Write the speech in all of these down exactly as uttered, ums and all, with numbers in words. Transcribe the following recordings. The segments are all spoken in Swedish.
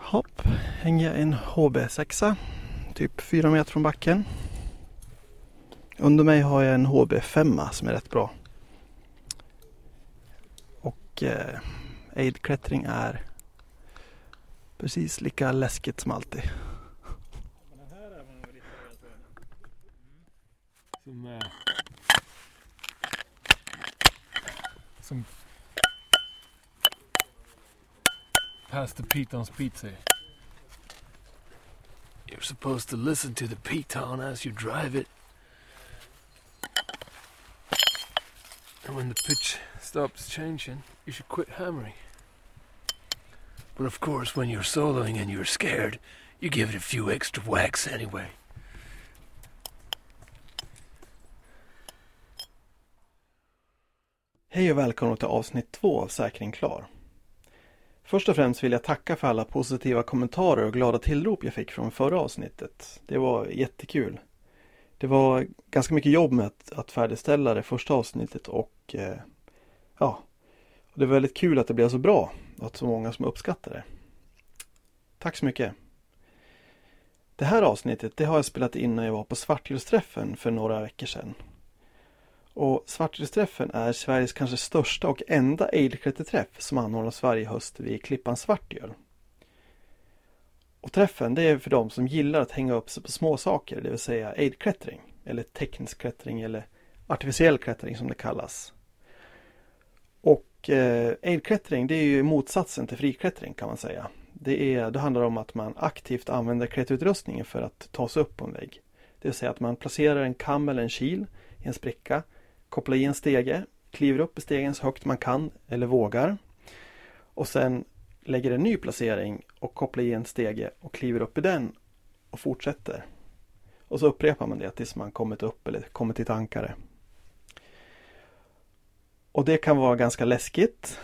Hopp, hänger jag en H B sex, typ fyra meter från backen. Under mig har jag en H B fem som är rätt bra. Och eh, aidklättring är precis lika läskigt som alltid. Som, eh, som Pastor Piton's Pizza. You're supposed to listen to the piton as you drive it. And when the pitch stops changing, you should quit hammering. But of course, when you're soloing and you're scared, you give it a few extra whacks anyway. Hej och välkomna till avsnitt två av Säkring klar. Först och främst vill jag tacka för alla positiva kommentarer och glada tillrop jag fick från förra avsnittet. Det var jättekul. Det var ganska mycket jobb med att, att färdigställa det första avsnittet och eh, ja, och det var väldigt kul att det blev så bra och att så många som uppskattade det. Tack så mycket. Det här avsnittet det har jag spelat in när jag var på Svartjulsträffen för några veckor sedan. Och Svartjulsträffen är Sveriges kanske största och enda aidklätterträff som anordnas varje höst vid Klippan Svartjöl. Och träffen det är för de som gillar att hänga upp sig på små saker, det vill säga aidklättring eller teknisk klättring eller artificiell klättring som det kallas. Och eh, aidklättring det är ju motsatsen till friklättring kan man säga. Det, är, det handlar om att man aktivt använder klätterutrustningen för att ta sig upp på en vägg. Det vill säga att man placerar en kam eller en kil i en spricka, kopplar i en stege, kliver upp i stegen så högt man kan eller vågar och sen lägger en ny placering och kopplar i en stege och kliver upp i den och fortsätter. Och så upprepar man det tills man kommit upp eller kommit till ett ankare. Och det kan vara ganska läskigt.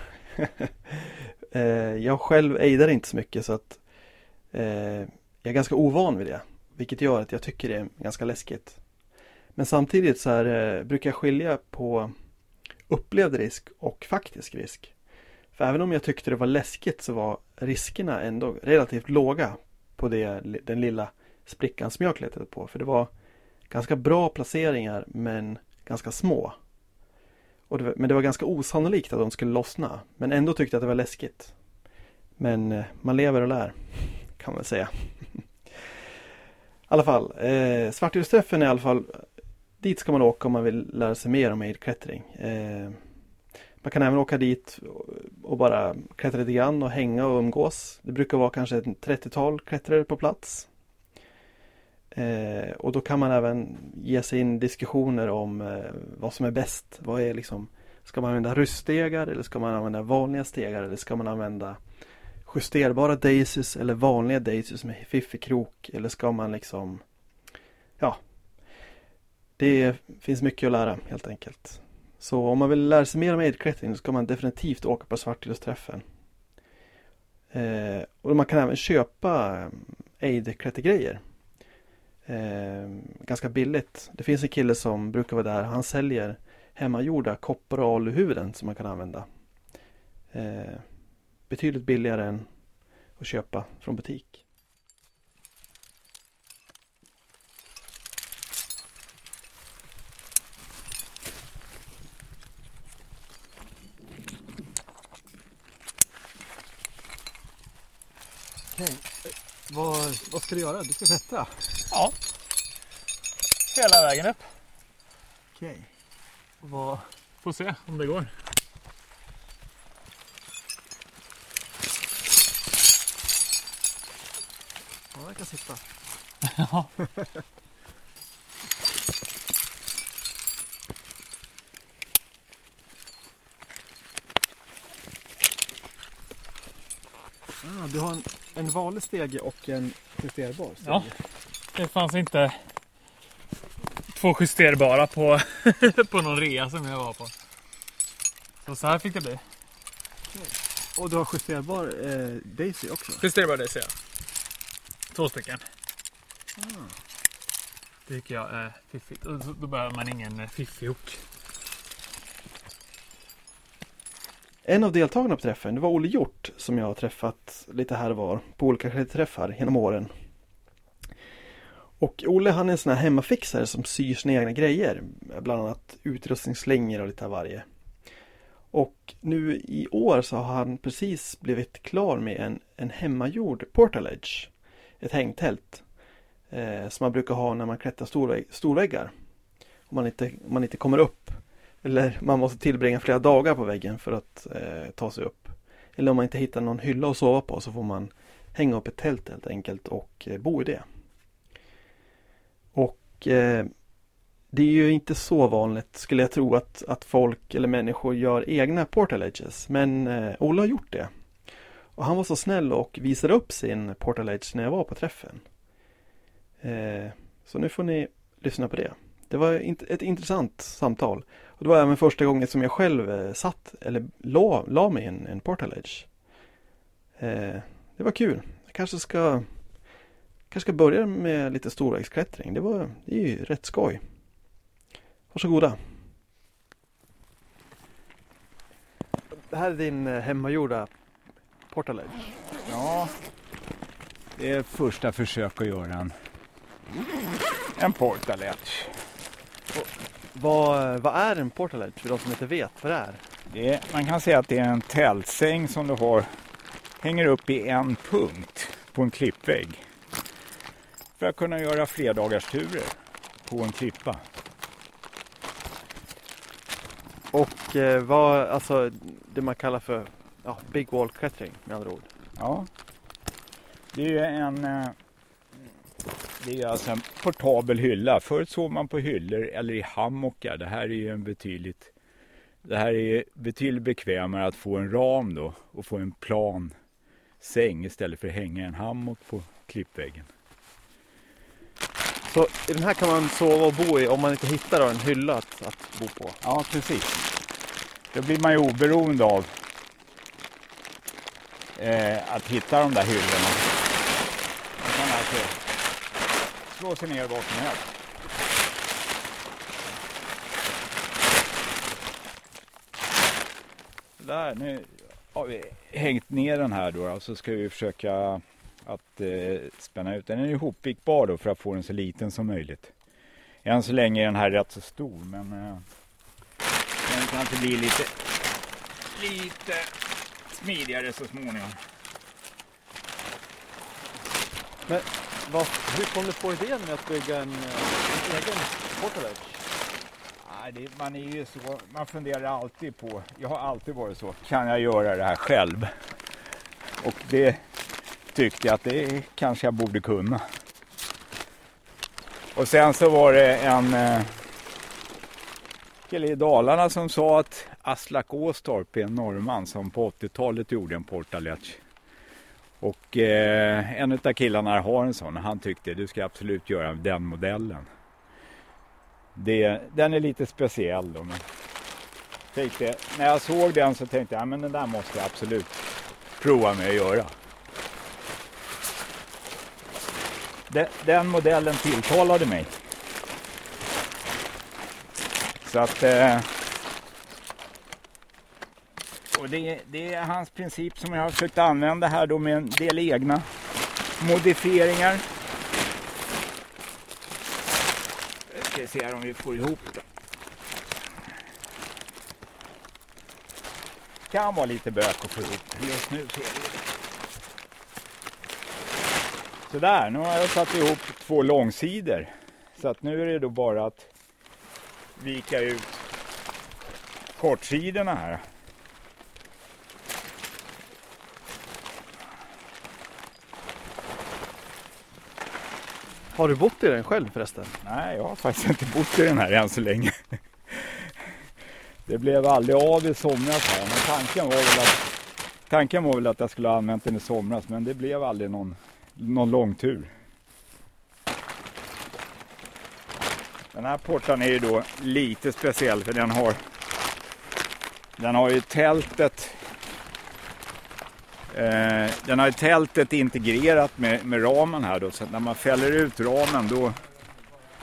Jag själv aidar inte så mycket så att eh, jag är ganska ovan vid det. Vilket gör att jag tycker det är ganska läskigt. Men samtidigt så här, eh, brukar jag skilja på upplevd risk och faktisk risk. För även om jag tyckte det var läskigt så var riskerna ändå relativt låga på det, den lilla sprickan som jag klättrade på. För det var ganska bra placeringar men ganska små. Och det var, men det var ganska osannolikt att de skulle lossna. Men ändå tyckte jag att det var läskigt. Men eh, man lever och lär kan man säga. I alla fall, eh, Svartjulsträffen är i alla fall, dit ska man åka om man vill lära sig mer om aidklättring. Eh, man kan även åka dit och bara klättra lite grann och hänga och umgås. Det brukar vara kanske ett trettiotal klättrare på plats. Eh, och då kan man även ge sig in diskussioner om eh, vad som är bäst. Vad är liksom, ska man använda ruststegar eller ska man använda vanliga stegar eller ska man använda justerbara daisies eller vanliga daisies med fiffig krok eller ska man liksom ja, det finns mycket att lära helt enkelt. Så om man vill lära sig mer om aidklättring så ska man definitivt åka på Svartjulsträffen. Eh, och man kan även köpa aidklättergrejer eh, ganska billigt. Det finns en kille som brukar vara där, han säljer hemmagjorda koppar och aluhuvuden som man kan använda. Eh, betydligt billigare än att köpa från butik. Okej, vad, vad ska du göra? Du ska klättra? Ja. Hela vägen upp. Okej. Vad... Får se om det går. Ja, jag kan sitta. Ja. Ah, du har en, en vanlig stege och en justerbar stege. Ja, det fanns inte två justerbara på, på någon rea som jag var på. Så så här fick det bli. Okay. Och du har justerbar eh, Daisy också? Justerbar Daisy, ja. Två stycken. Ah. Det tycker jag är fiffigt. Och då behöver man ingen fiffig hook. En av deltagarna på träffen, det var Olle Hjort som jag har träffat lite här och var på olika träffar genom åren. Och Olle, han är en sån här hemmafixare som syr sina egna grejer, bland annat utrustningsslängor och lite av varje. Och nu i år så har han precis blivit klar med en, en hemmagjord portaledge, ett hängtält eh, som man brukar ha när man klättrar storvägg, storväggar. Om man, inte, om man inte kommer upp, eller man måste tillbringa flera dagar på väggen för att eh, ta sig upp. Eller om man inte hittar någon hylla att sova på, så får man hänga upp ett tält helt enkelt och eh, bo i det. Och eh, det är ju inte så vanligt, skulle jag tro, att, att folk eller människor gör egna portaledges. Men eh, Ola har gjort det. Och han var så snäll och visade upp sin portaledge när jag var på träffen. Eh, så nu får ni lyssna på det. Det var ett intressant samtal. Och det var även första gången som jag själv eh, satt eller la, la mig en, en portaledge. Eh, det var kul. Jag kanske ska, kanske ska börja med lite storvägsklättring. Det, var, det är ju rätt skoj. Varsågoda. Det här är din hemmagjorda portaledge. Ja, det är första försök att göra en, en portaledge. Vad, vad är en portaledge för de som inte vet vad det är? Det är? Man kan säga att det är en tältsäng som du har, hänger upp i en punkt på en klippvägg. För att kunna göra flerdagarsturer på en klippa. Och eh, vad, alltså det man kallar för ja, big wall klättring med andra ord. Ja, det är ju en, det är alltså en portabel hylla. Förut såg man på hyllor eller i hammockar. Det här är ju en betydligt, det här är betydligt bekvämare att få en ram då och få en plan säng istället för att hänga en hammock på klippväggen. Så i den här kan man sova och bo i om man inte hittar en hylla att, att bo på? Ja, precis. Då blir man ju oberoende av eh, att hitta de där hyllorna. Man kan alltså slå sig ner vart som helst. Där, nu har vi hängt ner den här då, så ska vi försöka att eh, spänna ut. Den är ihopvikbar då för att få den så liten som möjligt. Än så länge är den här rätt så stor, men eh, den kan inte bli lite, lite smidigare så småningom. Men vad, hur kom du på idén med att bygga en, en egen portaledge? Nej, det, man är ju så, man funderar alltid på, jag har alltid varit så, kan jag göra det här själv? Och det tyckte jag att det kanske jag borde kunna. Och sen så var det en eh, kille i Dalarna som sa att Aslak Åstorp är en norrman som på åttiotalet gjorde en portaledge. Och eh, en av killarna har en sån och han tyckte du ska absolut göra den modellen. Det, den är lite speciell då, men tänkte, när jag såg den så tänkte jag men den där måste jag absolut prova med att göra. Den, den modellen tilltalade mig. Så att eh, och det, det är hans princip som jag har försökt använda här då med en del egna modifieringar. Jag ska se om vi får ihop det. Kan vara lite bök att få ihop just nu. Så där, nu har jag satt ihop två långsidor. Så att nu är det då bara att vika ut kortsidorna här. Har du bott i den själv förresten? Nej, jag har faktiskt inte bott i den här än så länge. Det blev aldrig av i somras här. Men tanken var väl att, tanken var väl att jag skulle ha använt den i somras. Men det blev aldrig någon, någon lång tur. Den här portan är ju då lite speciell för den har, den har ju tältet. Eh, den har ju tältet integrerat med, med ramen här då, så att när man fäller ut ramen då,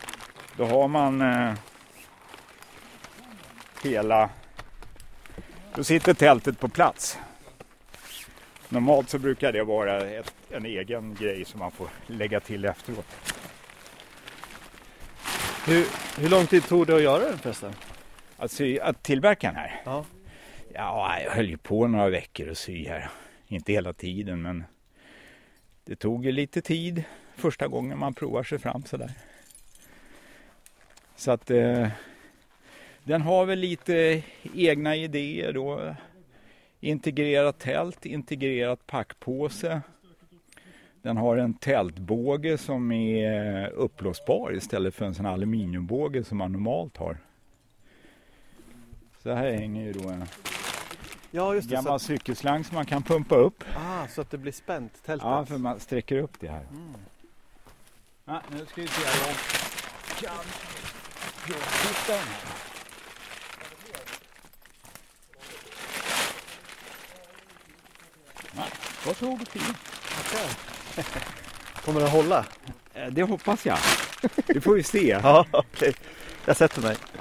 då har man eh, hela, Då sitter tältet på plats. Normalt så brukar det vara ett, en egen grej som man får lägga till efteråt. Hur, hur lång tid tog det att göra den förresten? Att, sy, att tillverka den här? Ja. Ja, jag höll ju på några veckor att sy här. Inte hela tiden, men det tog ju lite tid första gången man provar sig fram sådär. Så att eh, den har väl lite egna idéer då. Integrerat tält, integrerat packpåse. Den har en tältbåge som är upplåsbar istället för en sån aluminiumbåge som man normalt har. Så här hänger ju då en Ja, just det, gammal så... cykelslang som man kan pumpa upp. Ah, så att det blir spänt, tältet. Ja, för man sträcker upp det här. Mm. Ja, nu ska vi se om jag kan provtitta den här. Ja, varsågod och fin. Okay. Kommer det hålla? Det hoppas jag. Det får vi se. Ja, okej. Okay. Jag sätter mig. Ja.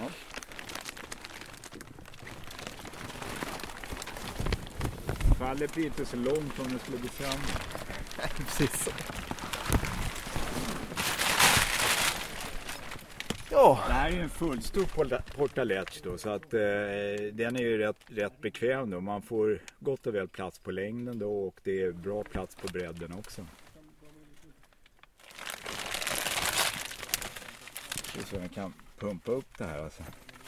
Fallet blir inte så långt om det skulle bli sönder. Precis. Ja. Det här är ju en fullstor portaletch då, så att eh, den är ju rätt, rätt bekväm då. Man får gott och väl plats på längden då, och det är bra plats på bredden också. Så jag kan pumpa upp det här alltså.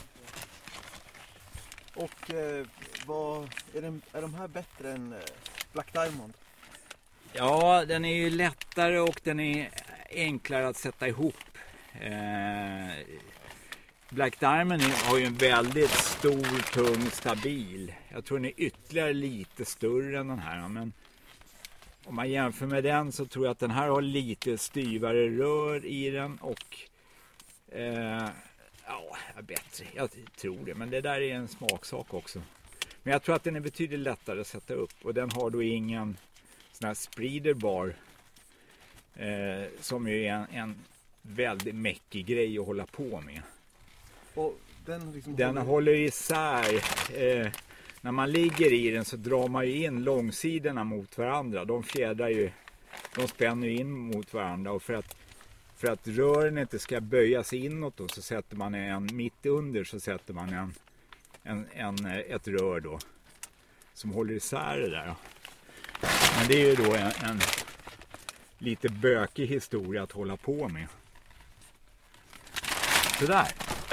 Och eh, vad, är, den, är de här bättre än eh, Black Diamond? Ja, den är ju lättare och den är enklare att sätta ihop. Eh, Black Diamond har ju en väldigt stor, tung, stabil. Jag tror den är ytterligare lite större än den här. Men om man jämför med den så tror jag att den här har lite styvare rör i den. Och eh, ja, bättre. Jag tror det. Men det där är en smaksak också. Men jag tror att den är betydligt lättare att sätta upp. Och den har då ingen sån här spreader bar. Eh, som ju är en... en väldigt mäckig grej att hålla på med. Och den liksom den håller, håller isär. Eh, när man ligger i den så drar man ju in långsidorna mot varandra. De fjädrar ju, de spänner ju in mot varandra. Och för att, för att rören inte ska böjas inåt då, så sätter man en mitt under så sätter man en, en, en, ett rör då. Som håller isär det där. Men det är ju då en, en lite bökig historia att hålla på med. Så där.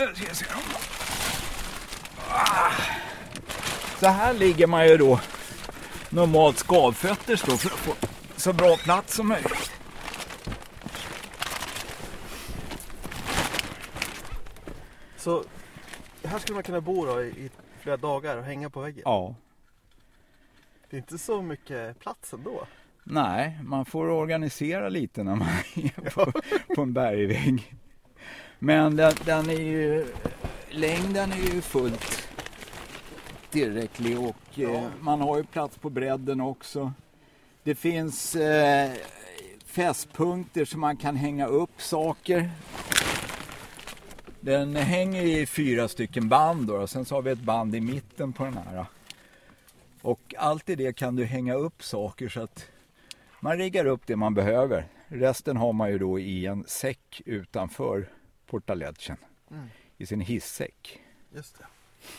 Så här ligger man ju då normalt skavfötter då för att få så bra plats som möjligt. Så här skulle man kunna bo då i, i flera dagar och hänga på väggen? Ja. Det är inte så mycket plats ändå. Nej, man får organisera lite när man är på, på en bergvägg. Men den, den är ju, längden är ju fullt tillräcklig och ja. eh, man har ju plats på bredden också. Det finns eh, fästpunkter som man kan hänga upp saker. Den hänger i fyra stycken band då, och sen så har vi ett band i mitten på den här. Och allt i det kan du hänga upp saker så att man riggar upp det man behöver. Resten har man ju då i en säck utanför portaletchen. Mm. I sin hissäck. Just det.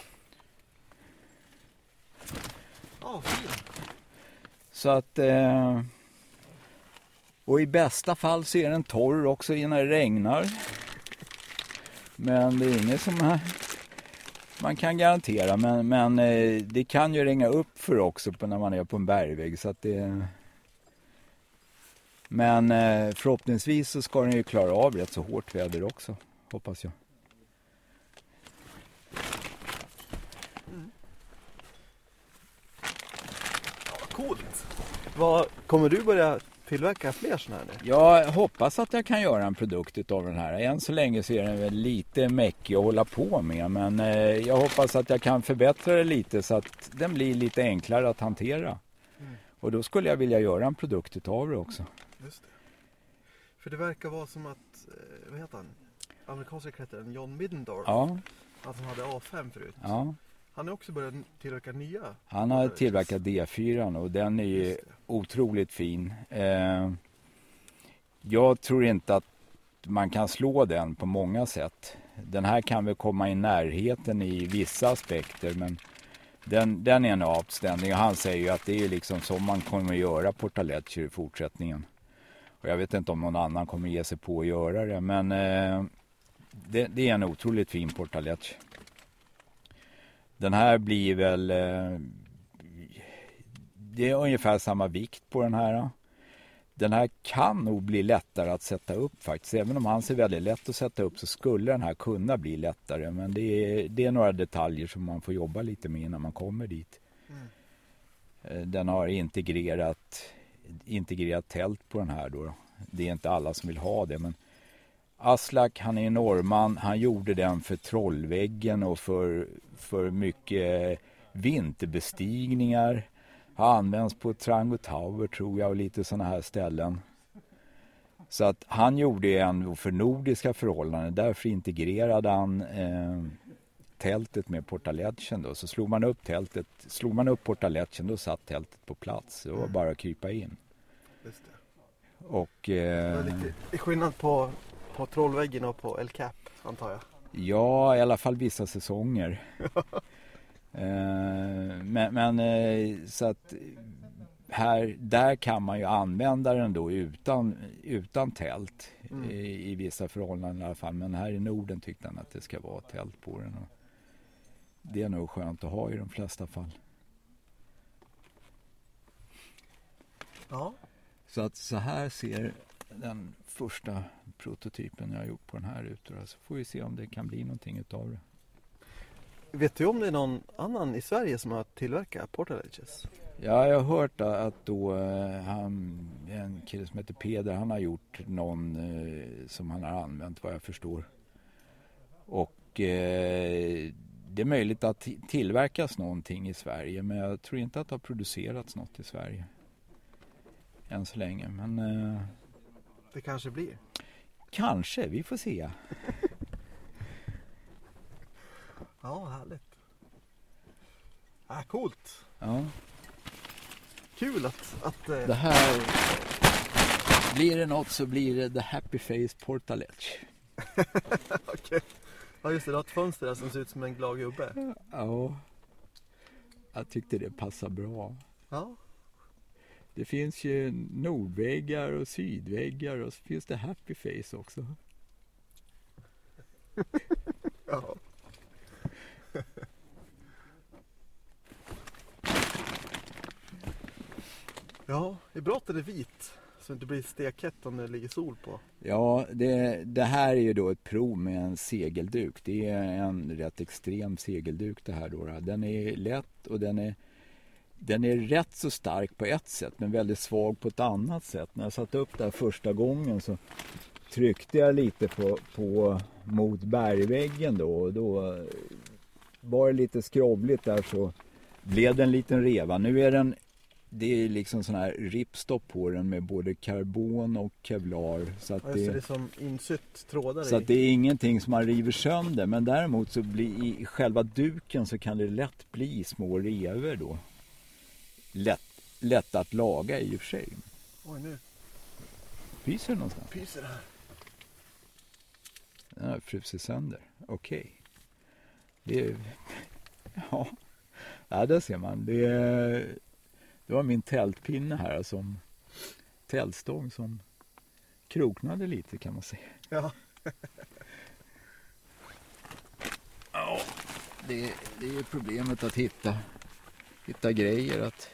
Ja, fint. Så att eh, och i bästa fall så är den torr också när det regnar. Men det är inget som här man kan garantera, men, men eh, det kan ju regna upp för också på när man är på en bergvägg, så att det. Men eh, förhoppningsvis så ska den ju klara av rätt så hårt väder också, hoppas jag. Mm. Ja, coolt. Vad kommer du börja tillverka fler sådana här nu? Jag hoppas att jag kan göra en produkt av den här. Än så länge så är den väl lite mäckig att hålla på med, men eh, jag hoppas att jag kan förbättra det lite så att den blir lite enklare att hantera. Mm. Och då skulle jag vilja göra en produkt av det också. Just det. För det verkar vara som att, eh, vad heter han? Amerikanska klättraren John Middendorf. Ja. Att han hade A fem förut. Ja. Han har också börjat tillverka nya. Han har tillverkat D fyra och den är ju otroligt fin. Eh, jag tror inte att man kan slå den på många sätt. Den här kan väl komma i närheten i vissa aspekter, men den, den är en avständning. Och han säger ju att det är liksom som man kommer att göra Portalecce i fortsättningen. Och jag vet inte om någon annan kommer ge sig på att göra det, men eh, det, det är en otroligt fin Portalecce. Den här blir väl, eh, det är ungefär samma vikt på den här. Den här kan nog bli lättare att sätta upp faktiskt. Även om han ser väldigt lätt att sätta upp så skulle den här kunna bli lättare. Men det är, det är några detaljer som man får jobba lite med när man kommer dit. Mm. Den har integrerat, integrerat tält på den här då. Det är inte alla som vill ha det, men Aslak, han är norrman, han gjorde den för Trollväggen och för, för mycket vinterbestigningar. Har använts på Trango Tower tror jag och lite sådana här ställen. Så att han gjorde en för nordiska förhållanden, därför integrerade han eh, tältet med Portalecce då. Så slog man upp tältet, slog man upp Portalecce då satt tältet på plats. Det var bara att krypa in. Just det. Och eh, det är lite skillnad på På Trollväggen och på El Cap, antar jag. Ja, i alla fall vissa säsonger. eh, men men eh, så att här, där kan man ju använda den då utan, utan tält mm. i, i vissa förhållanden i alla fall. Men här i Norden tyckte han att det ska vara tält på den. Och det är nog skönt att ha i de flesta fall. Ja. Så att så här ser den första prototypen jag har gjort på den här ute. Så får vi se om det kan bli någonting utav det. Vet du om det är någon annan i Sverige som har tillverkat Portalecces? Ja, jag har hört att då han, en kille som heter Peder, han har gjort någon eh, som han har använt vad jag förstår. Och eh, det är möjligt att tillverkas någonting i Sverige, men jag tror inte att det har producerats något i Sverige än så länge. Men eh, det kanske blir. Kanske, vi får se. Ja, härligt. Ah, coolt. Ja. Kul att... att eh... Det här... Blir det något så blir det The Happy Face Portalecce. Okej. Okay. Ja, just det. Det har ett fönster där som ser ut som en glad gubbe. Ja. Jag tyckte det passar bra. Ja. Det finns ju nordväggar och sydväggar och så finns det happy face också. Ja. Ja, det är bra att det är vit så det inte blir stekhett om det ligger sol på. Ja, det, det här är ju då ett prov med en segelduk. Det är en rätt extrem segelduk det här då. Den är lätt och den är Den är rätt så stark på ett sätt men väldigt svag på ett annat sätt. När jag satte upp det här första gången så tryckte jag lite på, på mot bergväggen då. Och då var det lite skrovligt där så blev det en liten reva. Nu är den, det är liksom sån här ripstopp på den med både karbon och kevlar. Så att ja, det, det är som insytt trådar så i. att det är ingenting som man river sönder. Men däremot så blir i själva duken så kan det lätt bli små revor då. Lätt, lätt att laga i och för sig. Oj, nu. Pyser det någonstans? Pyser det här. Den har frusit sönder. Okej. Okay. Det är... Ja. Ja, där ser man. Det, är... det var min tältpinne här som tältstång som kroknade lite kan man säga. Ja. Ja. Det, det är ju problemet att hitta hitta grejer att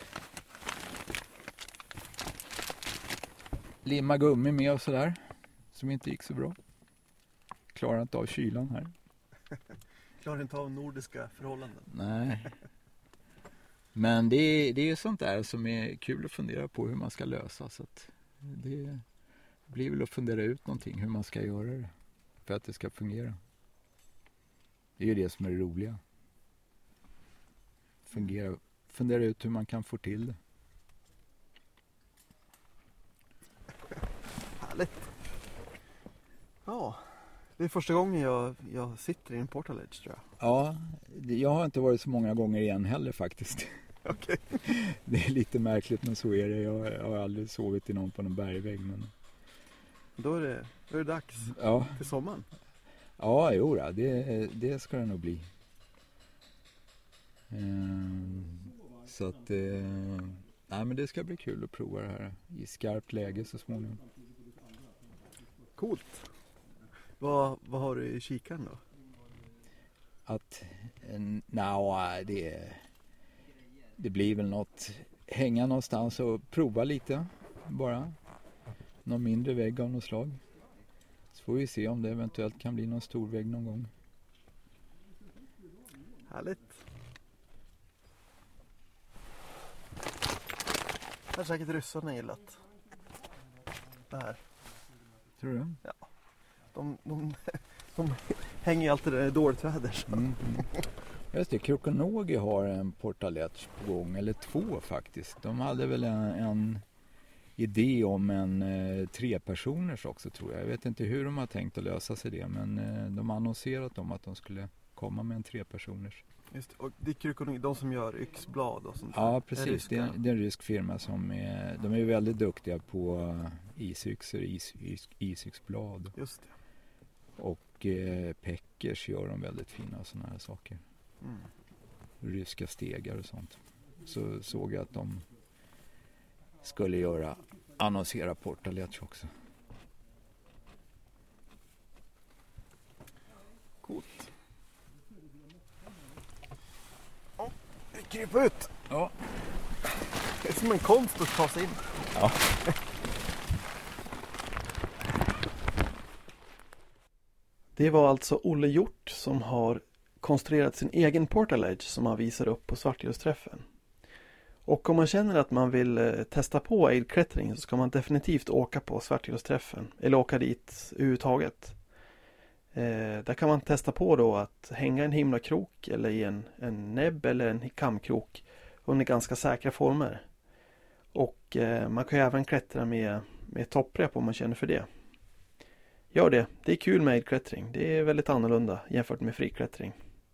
limma gummi med och sådär som inte gick så bra. Klarar inte av kylan här. Klarar inte av nordiska förhållanden. Nej. Men det är, det är sånt där som är kul att fundera på hur man ska lösa. Så att det blir väl att fundera ut någonting hur man ska göra det för att det ska fungera. Det är ju det som är det roliga. Fungera, fundera ut hur man kan få till det. Härligt. Ja, Det är första gången jag, jag sitter i en portaledge, tror jag. Ja, jag har inte varit så många gånger igen heller faktiskt. Okej. Det är lite märkligt, men så är det. Jag, jag har aldrig sovit i någon på någon bergvägg. Men... Då är det, då är det dags ja. till sommaren. Ja, jo, det, det ska det nog bli. Ehm, så att... Eh, nej, men det ska bli kul att prova det här i skarpt läge så småningom. Coolt. Vad, vad har du i kikaren då? Att, nej, det, det blir väl något, hänga någonstans och prova lite bara. Någon mindre vägg av något slag. Så får vi se om det eventuellt kan bli någon stor vägg någon gång. Härligt. Det har säkert ryssarna gillat. Det här. Tror du? Ja. De, de, de hänger ju alltid där det är dåligt väder. Så. Mm, mm. Just det, Krokonogi har en portaletch på gång, eller två faktiskt. De hade väl en, en idé om en eh, trepersoners också, tror jag. Jag vet inte hur de har tänkt att lösa sig det, men eh, de har annonserat om att de skulle komma med en trepersoners. Just det. Och det är Krokonogi, de som gör yxblad och sånt där. Ja, precis. Det är, det, är, det är en rysk firma som är, de är väldigt duktiga på isyxor, is, is, isyxblad. Just det. Och eh, Peckers gör de väldigt fina sådana här saker. Mm. Ryska stegar och sånt. Så såg jag att de skulle göra, annonsera portaletch också. Coolt. Oh, det kryper ut. Ja. Det är som en konst att ta sig in. Ja. Det var alltså Olle Hjort som har konstruerat sin egen portaledge som han visar upp på Svartljusträffen. Och om man känner att man vill testa på aidklättring så ska man definitivt åka på Svartljusträffen eller åka dit överhuvudtaget. Eh, där kan man testa på då att hänga en himlakrok eller i en, en näbb eller en kamkrok under ganska säkra former. Och eh, man kan ju även klättra med, med topprep om man känner för det. Gör det, det är kul med aidklättring. Det är väldigt annorlunda jämfört med friklättring.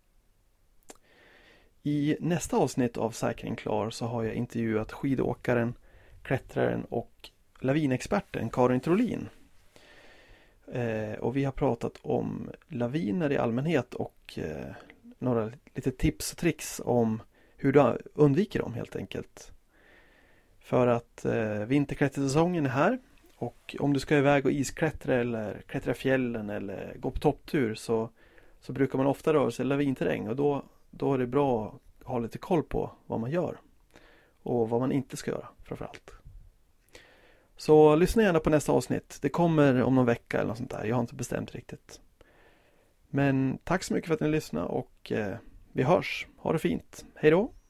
I nästa avsnitt av Säkring klar så har jag intervjuat skidåkaren, klättraren och lavinexperten Karin Trolin. Eh, och vi har pratat om laviner i allmänhet och eh, några lite tips och tricks om hur du undviker dem helt enkelt. För att eh, vinterklättersäsongen är här och om du ska iväg och isklättra eller klättra fjällen eller gå på topptur så, så brukar man ofta röra sig i lavinterräng och då, då är det bra att ha lite koll på vad man gör och vad man inte ska göra framförallt. Så lyssna gärna på nästa avsnitt. Det kommer om någon vecka eller något sånt där. Jag har inte bestämt riktigt. Men tack så mycket för att ni lyssnade och eh, vi hörs. Ha det fint. Hej då!